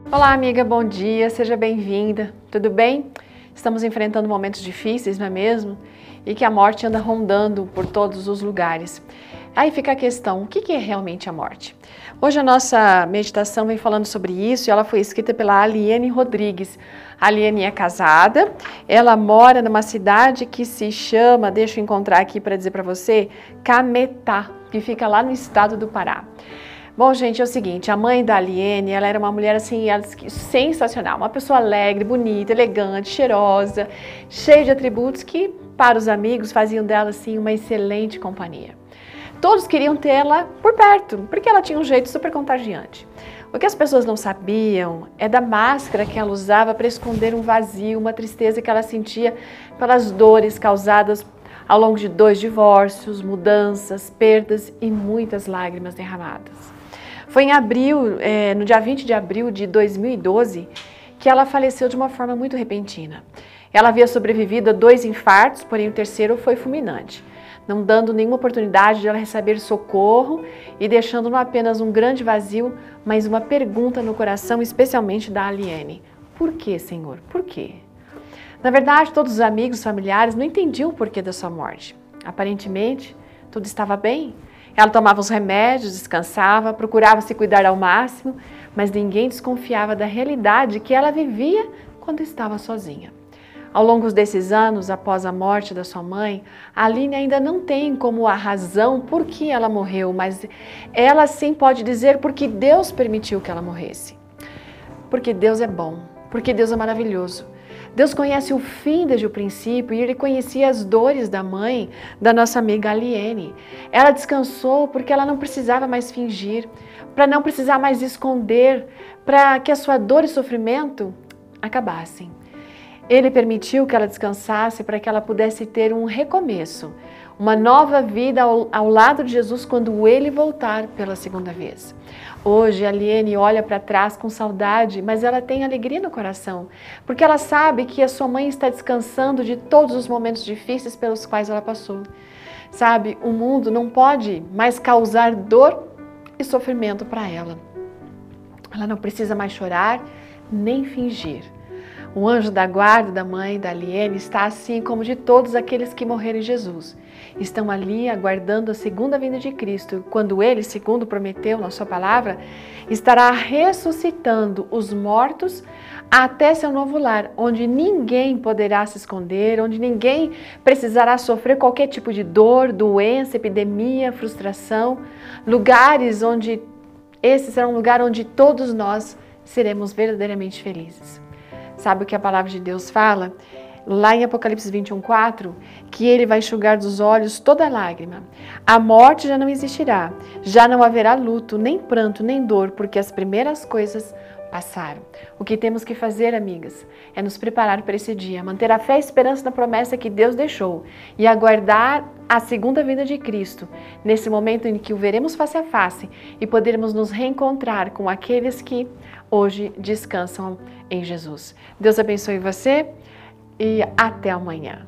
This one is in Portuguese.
Olá, amiga, bom dia, seja bem-vinda. Tudo bem? Estamos enfrentando momentos difíceis, não é mesmo? E que a morte anda rondando por todos os lugares. Aí fica a questão, o que é realmente a morte? Hoje a nossa meditação vem falando sobre isso e ela foi escrita pela Aliene Rodrigues. A Aliene é casada, ela mora numa cidade que se chama, deixa eu encontrar aqui para dizer para você, Cametá, que fica lá no estado do Pará. Bom, gente, é o seguinte, a mãe da Aliene, ela era uma mulher assim, sensacional, uma pessoa alegre, bonita, elegante, cheirosa, cheia de atributos que, para os amigos, faziam dela assim uma excelente companhia. Todos queriam tê-la por perto, porque ela tinha um jeito super contagiante. O que as pessoas não sabiam é da máscara que ela usava para esconder um vazio, uma tristeza que ela sentia pelas dores causadas ao longo de 2 divórcios, mudanças, perdas e muitas lágrimas derramadas. Foi em abril, no dia 20 de abril de 2012, que ela faleceu de uma forma muito repentina. Ela havia sobrevivido a 2 infartos, porém o terceiro foi fulminante, não dando nenhuma oportunidade de ela receber socorro e deixando não apenas um grande vazio, mas uma pergunta no coração, especialmente da Aliene. Por que, Senhor? Por quê? Na verdade, todos os amigos, familiares não entendiam o porquê da sua morte. Aparentemente, tudo estava bem. Ela tomava os remédios, descansava, procurava se cuidar ao máximo, mas ninguém desconfiava da realidade que ela vivia quando estava sozinha. Ao longo desses anos, após a morte da sua mãe, a Aline ainda não tem como a razão por que ela morreu, mas ela sim pode dizer porque Deus permitiu que ela morresse. Porque Deus é bom, porque Deus é maravilhoso. Deus conhece o fim desde o princípio e Ele conhecia as dores da mãe da nossa amiga Aliene. Ela descansou porque ela não precisava mais fingir, para não precisar mais esconder, para que a sua dor e sofrimento acabassem. Ele permitiu que ela descansasse para que ela pudesse ter um recomeço, uma nova vida ao lado de Jesus quando Ele voltar pela segunda vez. Hoje, a Aliene olha para trás com saudade, mas ela tem alegria no coração, porque ela sabe que a sua mãe está descansando de todos os momentos difíceis pelos quais ela passou. Sabe, o mundo não pode mais causar dor e sofrimento para ela. Ela não precisa mais chorar nem fingir. O anjo da guarda da mãe da Aliene está assim como de todos aqueles que morreram em Jesus. Estão ali aguardando a segunda vinda de Cristo, quando Ele, segundo prometeu na sua palavra, estará ressuscitando os mortos até seu novo lar, onde ninguém poderá se esconder, onde ninguém precisará sofrer qualquer tipo de dor, doença, epidemia, frustração. Esse será um lugar onde todos nós seremos verdadeiramente felizes. Sabe o que a palavra de Deus fala? Lá em Apocalipse 21:4, que Ele vai enxugar dos olhos toda lágrima. A morte já não existirá, já não haverá luto, nem pranto, nem dor, porque as primeiras coisas passaram. O que temos que fazer, amigas, é nos preparar para esse dia, manter a fé e a esperança na promessa que Deus deixou e aguardar a segunda vinda de Cristo, nesse momento em que o veremos face a face e poderemos nos reencontrar com aqueles que hoje descansam em Jesus. Deus abençoe você e até amanhã.